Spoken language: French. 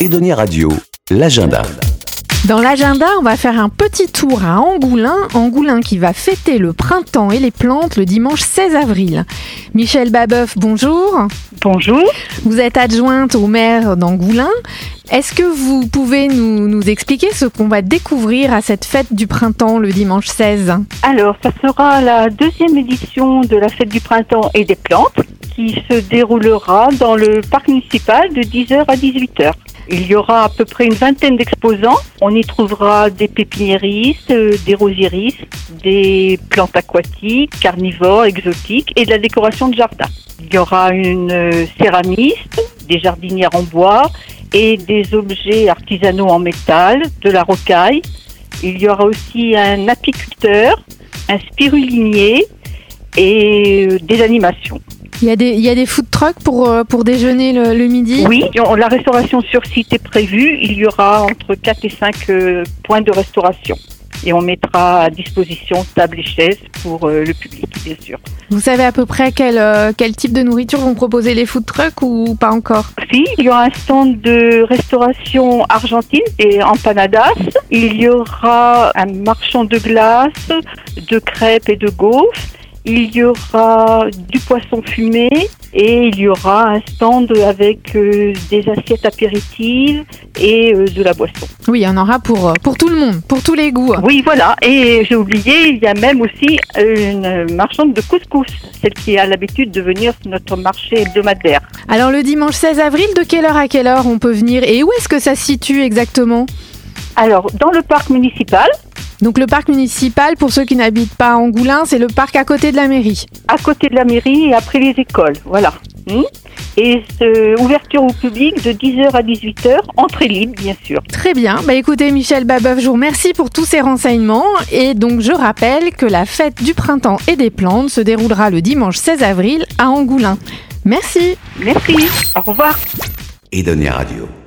Edonia Radio, l'agenda. Dans l'agenda, on va faire un petit tour à Angoulins qui va fêter le printemps et les plantes le dimanche 16 avril. Michèle Babeuf, bonjour. Bonjour. Vous êtes adjointe au maire d'Angoulins. Est-ce que vous pouvez nous expliquer ce qu'on va découvrir à cette fête du printemps le dimanche 16 ? Alors, ça sera la deuxième édition de la fête du printemps et des plantes qui se déroulera dans le parc municipal de 10h à 18h. Il y aura à peu près une vingtaine d'exposants. On y trouvera des pépiniéristes, des rosiéristes, des plantes aquatiques, carnivores, exotiques et de la décoration de jardin. Il y aura une céramiste, des jardinières en bois et des objets artisanaux en métal, de la rocaille. Il y aura aussi un apiculteur, un spirulinier et des animations. Il y a des food trucks pour déjeuner le midi ? Oui, la restauration sur site est prévue. Il y aura entre 4 et 5 points de restauration. Et on mettra à disposition tables et chaises pour le public, bien sûr. Vous savez à peu près quel type de nourriture vont proposer les food trucks ou pas encore ? Si, il y aura un stand de restauration argentine et empanadas. Il y aura un marchand de glace, de crêpes et de gaufres. Il y aura du poisson fumé et il y aura un stand avec des assiettes apéritives et de la boisson. Oui, il y en aura pour tout le monde, pour tous les goûts. Oui, voilà. Et j'ai oublié, il y a même aussi une marchande de couscous, celle qui a l'habitude de venir sur notre marché hebdomadaire. Alors le dimanche 16 avril, de quelle heure à quelle heure on peut venir et où est-ce que ça se situe exactement ? Alors, dans le parc municipal. Donc le parc municipal, pour ceux qui n'habitent pas à Angoulins, c'est le parc à côté de la mairie. À côté de la mairie et après les écoles, voilà. Et ouverture au public de 10h à 18h, entrée libre bien sûr. Très bien, écoutez Michèle Babeuf, je vous remercie pour tous ces renseignements. Et donc je rappelle que la fête du printemps et des plantes se déroulera le dimanche 16 avril à Angoulins. Merci. Merci, au revoir. Edonia Radio.